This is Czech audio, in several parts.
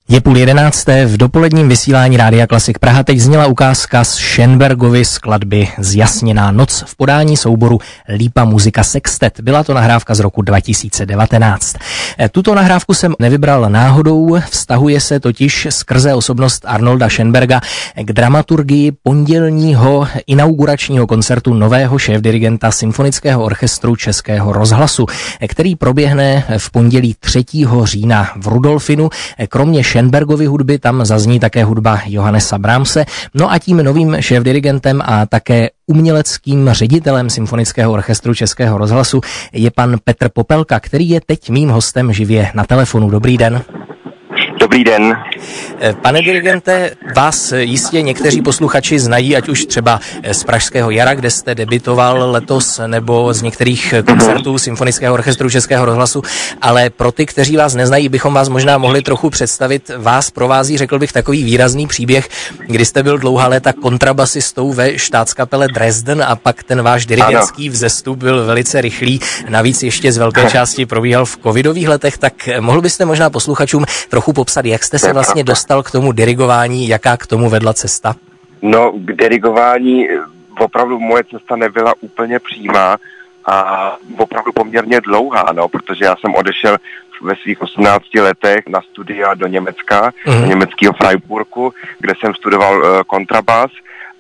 Je 10:30 v dopoledním vysílání Rádia Klasik Praha. Teď zněla ukázka z Schönbergovy skladby Zjasněná noc v podání souboru Lípa Muzika Sextet. Byla to nahrávka z roku 2019. Tuto nahrávku jsem nevybral náhodou, vztahuje se totiž skrze osobnost Arnolda Schönberga k dramaturgii pondělního inauguračního koncertu nového šéfdirigenta Symfonického orchestru Českého rozhlasu, který proběhne v pondělí 3. října v Rudolfinu. Kromě Schönbergovy hudby tam zazní také hudba Johannesa Brahmse. No a tím novým šéfdirigentem a také uměleckým ředitelem Symfonického orchestru Českého rozhlasu je pan Petr Popelka, který je teď mým hostem živě na telefonu. Dobrý den. Dobrý den. Pane dirigente, vás jistě někteří posluchači znají, ať už třeba z Pražského jara, kde jste debitoval letos, nebo z některých koncertů Symfonického orchestru Českého rozhlasu, ale pro ty, kteří vás neznají, bychom vás možná mohli trochu představit. Vás provází, řekl bych, takový výrazný příběh, kdy jste byl dlouhá léta kontrabasistou ve štátskapele Dresden a pak ten váš dirigentský vzestup byl velice rychlý, navíc ještě z velké části probíhal v covidových letech, tak mohl byste možná posluchačům trochu popsat, jak jste se vlastně dostal k tomu dirigování, jaká k tomu vedla cesta? No, k dirigování opravdu moje cesta nebyla úplně přímá a opravdu poměrně dlouhá, no, protože já jsem odešel ve svých 18 letech na studia do Německa, do německého Freiburgu, kde jsem studoval kontrabas.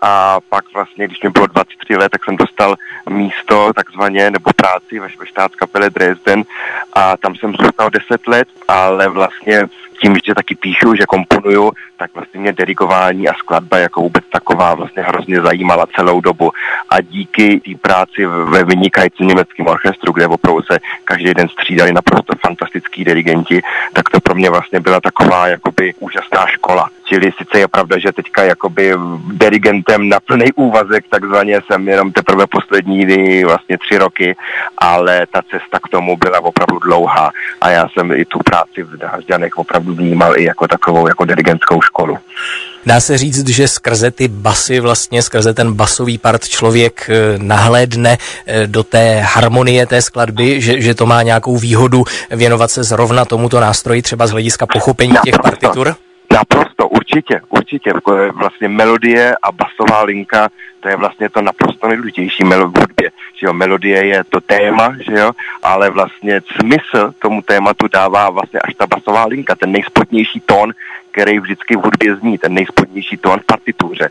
A pak vlastně, když mi bylo 23 let, tak jsem dostal místo takzvaně, nebo práci ve štátskapele Dresden a tam jsem zůstal 10 let, ale vlastně tím, že taky píšu, že komponuju, tak vlastně mě dirigování a skladba jako vůbec taková vlastně hrozně zajímala celou dobu. A díky té práci ve vynikajícím německém orchestru, kde opravdu se každý den střídali naprosto fantastický dirigenti, tak to pro mě vlastně byla taková jakoby úžasná škola. Čili sice je pravda, že teďka jakoby dirigentem na plný úvazek takzvaně jsem jenom teprve poslední vlastně 3 roky, ale ta cesta k tomu byla opravdu dlouhá a já jsem i tu práci v Drážďanech opravdu vnímal i jako takovou jako dirigentskou školu. Dá se říct, že skrze ty basy, vlastně skrze ten basový part člověk nahlédne do té harmonie té skladby, že to má nějakou výhodu věnovat se zrovna tomuto nástroji, třeba z hlediska pochopení těch partitur? Naprosto, určitě. Vlastně melodie a basová linka, to je vlastně to naprosto nejdůležitější v hudbě. Že jo, melodie je to téma, že jo, ale vlastně smysl tomu tématu dává vlastně až ta basová linka, ten nejspodnější tón, který vždycky v hudbě zní, ten nejspodnější tón v partituře.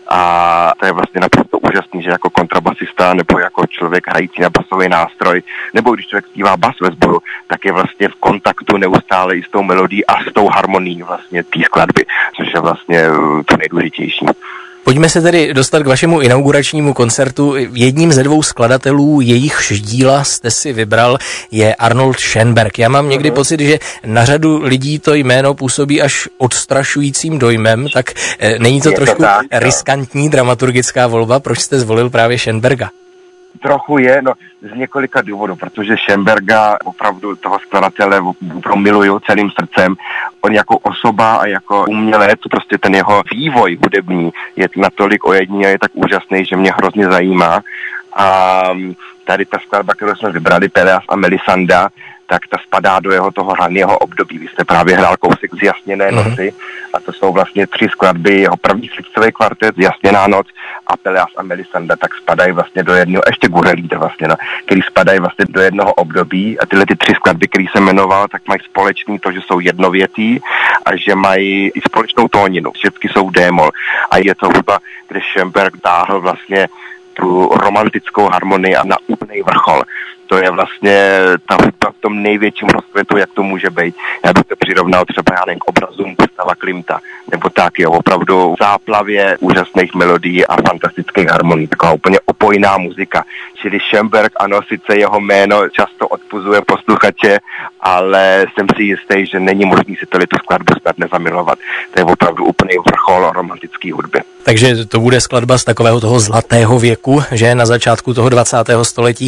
A to je vlastně naprosto úžasný, že jako kontrabasista nebo jako člověk hrající na basový nástroj, nebo když člověk zpívá bas ve sboru, tak je vlastně v kontaktu neustále i s tou melodií a s tou harmonií vlastně té skladby, což je vlastně to nejdůležitější. Pojďme se tedy dostat k vašemu inauguračnímu koncertu. Jedním ze 2 skladatelů, jejichž díla jste si vybral, je Arnold Schönberg. Já mám někdy pocit, že na řadu lidí to jméno působí až odstrašujícím dojmem, tak není to trošku riskantní dramaturgická volba? Proč jste zvolil právě Schönberga? Trochu je, no z několika důvodů, protože Schönberga opravdu toho skladatele miluju celým srdcem. On jako osoba a jako umělec, prostě ten jeho vývoj hudební je natolik ojedinělý, je tak úžasný, že mě hrozně zajímá. A tady ta skladba, kterou jsme vybrali, Peleas a Melisanda, tak ta spadá do jeho toho hlavního období. Vy jste právě hrál kousek Zjasněné noci a to jsou vlastně 3 skladby, jeho první srdcový kvartet, Zjasněná noc a Peleas a Melisanda, tak spadají vlastně do jednoho, ještě Gurelíte vlastně, no, který spadají vlastně do jednoho období a tyhle ty 3 skladby, které jsem jmenoval, tak mají společný to, že jsou jednovětý a že mají i společnou tóninu. Všechny jsou démol a je to hudba, kde Schönberg táhl vlastně tu romantickou harmonii a na úplný vrchol. To je vlastně ta hudba v tom největším rozkvětu, jak to může být. Já bych to přirovnal třeba k obrazům Gustava Klimta, nebo tak, jo, opravdu v záplavě úžasných melodií a fantastických harmonií. Taková úplně opojná muzika. Čili Schönberg, ano, sice jeho jméno často odpuzuje posluchače, ale jsem si jistý, že není možný si tu skladbu snad nezamilovat. To je opravdu úplný vrchol romantické hudby. Takže to bude skladba z takového toho zlatého věku, že na začátku toho 20. století.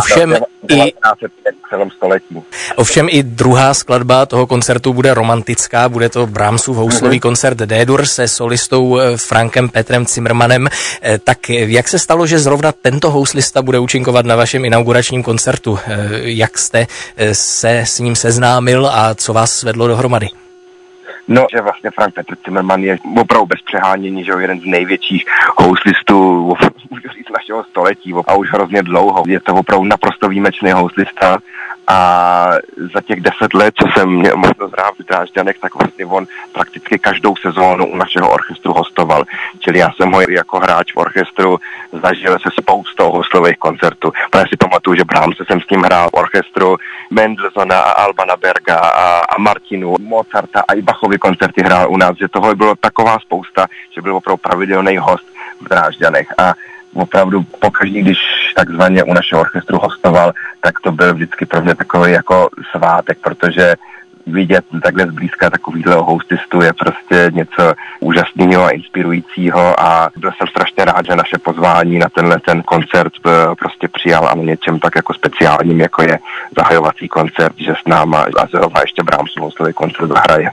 Ovšem i druhá skladba toho koncertu bude romantická, bude to Brahmsův houslový koncert D-dur se solistou Frankem Petrem Zimmermanem. Tak jak se stalo, že zrovna tento houslista bude účinkovat na vašem inauguračním koncertu? Jak jste se s ním seznámil a co vás svedlo dohromady? No, že vlastně Frank Petr Zimmermann je opravdu bez přehánění, že jeden z největších houslistů, můžu říct, našeho století a už hrozně dlouho. Je to opravdu naprosto výjimečný houslista a za těch 10 let, co jsem měl možnost hrát v Drážďanech, tak vlastně on prakticky každou sezónu u našeho orchestru hostoval. Čili já jsem ho jako hráč v orchestru zažil se spoustou houslových koncertů. Protože si pamatuju, že Brahmse jsem s ním hrál v orchestru, Mendelssohna a Albana Berga a Martinu, Mozarta a i Bachovy koncerty hrál u nás, že toho bylo taková spousta, že byl opravdu pravidelný host v Drážďanech a opravdu pokaždý, když takzvaně u našeho orchestru hostoval, tak to byl vždycky pro mě takový jako svátek, protože vidět takhle zblízka takovýhle houstistu je prostě něco úžasného a inspirujícího a byl jsem strašně rád, že naše pozvání na ten koncert prostě přijal a na něčem tak jako speciálním, jako je zahajovací koncert, že s náma a zrovna ještě Brahmsův houslový koncert zahraje.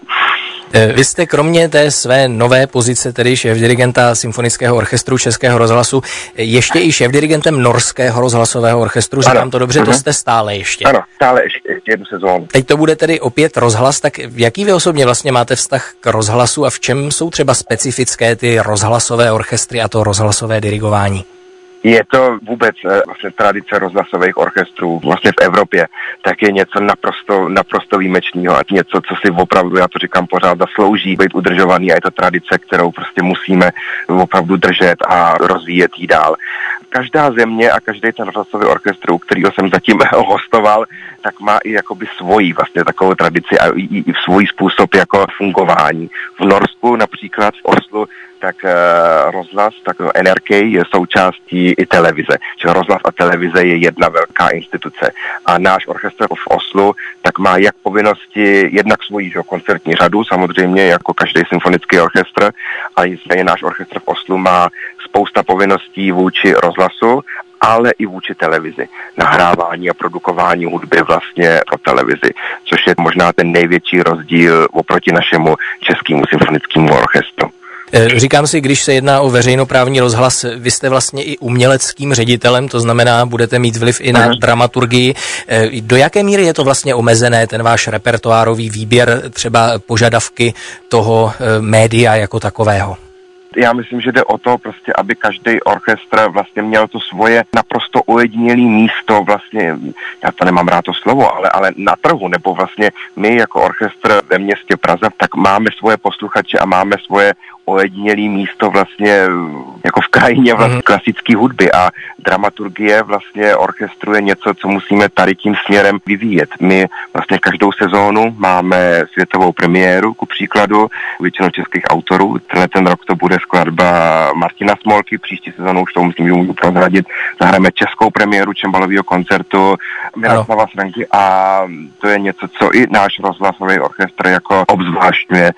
Vy jste kromě té své nové pozice, tedy šéfdirigenta Symfonického orchestru Českého rozhlasu, ještě i šéfdirigentem Norského rozhlasového orchestru, říkám to dobře, to jste stále ještě. Ano, stále ještě jednu sezónu. Teď to bude tedy opět rozhlas, tak jaký vy osobně vlastně máte vztah k rozhlasu a v čem jsou třeba specifické ty rozhlasové orchestry a to rozhlasové dirigování? Je to vůbec vlastně tradice rozhlasových orchestrů vlastně v Evropě, tak je něco naprosto výjimečného a něco, co si opravdu, já to říkám pořád, zaslouží být udržovaný a je to tradice, kterou prostě musíme opravdu držet a rozvíjet jí dál. Každá země a každý ten rozhlasový orchestr, u kterého jsem zatím hostoval, tak má i jakoby svoji vlastně takovou tradici a i svůj způsob jako fungování. V Norsku například v Oslu tak rozhlas, tak NRK je součástí i televize. Že rozhlas a televize je jedna velká instituce. A náš orchestr v Oslu tak má jak povinnosti jednak svoji koncertní řadu, samozřejmě jako každý symfonický orchestr, ale nicméně náš orchestr v Oslu má spousta povinností vůči rozhlasu, ale i vůči televizi. Nahrávání a produkování hudby vlastně pro televizi, což je možná ten největší rozdíl oproti našemu českému symfonickému orchestru. Říkám si, když se jedná o veřejnoprávní rozhlas, vy jste vlastně i uměleckým ředitelem, to znamená, budete mít vliv i na dramaturgii. Do jaké míry je to vlastně omezené, ten váš repertoárový výběr, třeba požadavky toho média jako takového? Já myslím, že jde o to prostě, aby každý orchestr vlastně měl to svoje naprosto ojedinělé místo vlastně, já to nemám rád to slovo, ale na trhu, nebo vlastně my jako orchestr ve městě Praze, tak máme svoje posluchače a máme svoje ojedinělé místo vlastně jako v krajině vlastně klasické hudby a dramaturgie vlastně orchestru je něco, co musíme tady tím směrem vyvíjet. My vlastně každou sezónu máme světovou premiéru, ku příkladu, většinou českých autorů. Ten rok to bude skladba Martina Smolky, příští sezónu už to myslím, že můžu prozradit. Zahrajeme českou premiéru čembalového koncertu Miroslava Sranky a to je něco, co i náš rozhlasový orchestr jako obzvláštňuje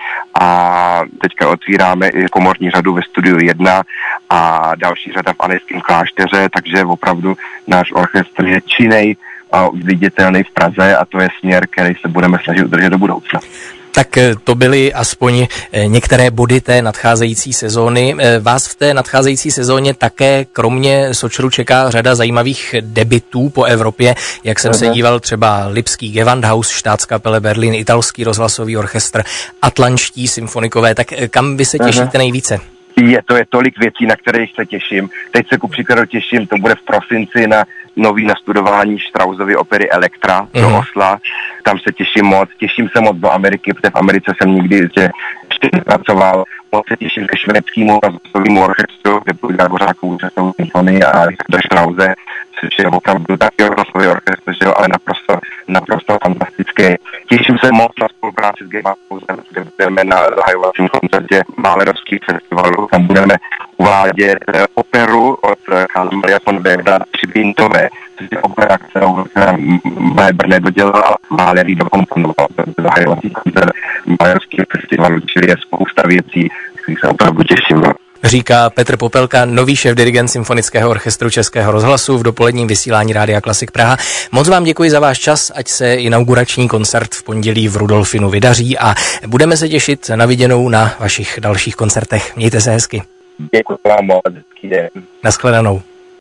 a teďka otvíráme i komorní řadu ve Studiu 1 a další řada v Anejském klášteře, takže opravdu náš orchestr je činnej a viditelný v Praze a to je směr, který se budeme snažit udržet do budoucna. Tak to byly aspoň některé body té nadcházející sezóny. Vás v té nadcházející sezóně také kromě Sočru čeká řada zajímavých debutů po Evropě. Jak jsem se díval, třeba Lipský Gewandhaus, Staatskapelle Berlin, italský rozhlasový orchestr, atlantští symfonikové. Tak kam vy se těšíte nejvíce? Je tolik věcí, na kterých se těším. Teď se ku příkladu těším, to bude v prosinci na nový nastudování Straussovy opery Elektra do Osla. Tam se těším se moc do Ameriky, protože v Americe jsem nikdy ještě nepracoval. Moc se těším ke švédskému rozhlasovému orchestru, kde bude Dvořákovou účastnou symfonii a Richarda Strause, což je opravdu taky rozhlasový orchestr, že jo, ale naprosto fantastický. Těším se moc na spolupráci s Gewandhausem, kde budeme na zahajovacím koncertě Málerovských festivalů. Tam budeme uvádět operu od Karla Maria von Weberda Třibintové, což je opera, kterou Weber nedodělal a Máler ji dokomponoval. Zahajovací koncert Málerovských festivalů, čili je spousta věcí, kterých se opravdu těším. Říká Petr Popelka, nový šéfdirigent Symfonického orchestru Českého rozhlasu v dopoledním vysílání Rádia Klasik Praha. Moc vám děkuji za váš čas, ať se inaugurační koncert v pondělí v Rudolfinu vydaří a budeme se těšit na viděnou na vašich dalších koncertech. Mějte se hezky. Děkuji vám moc, hezký den. Naschledanou.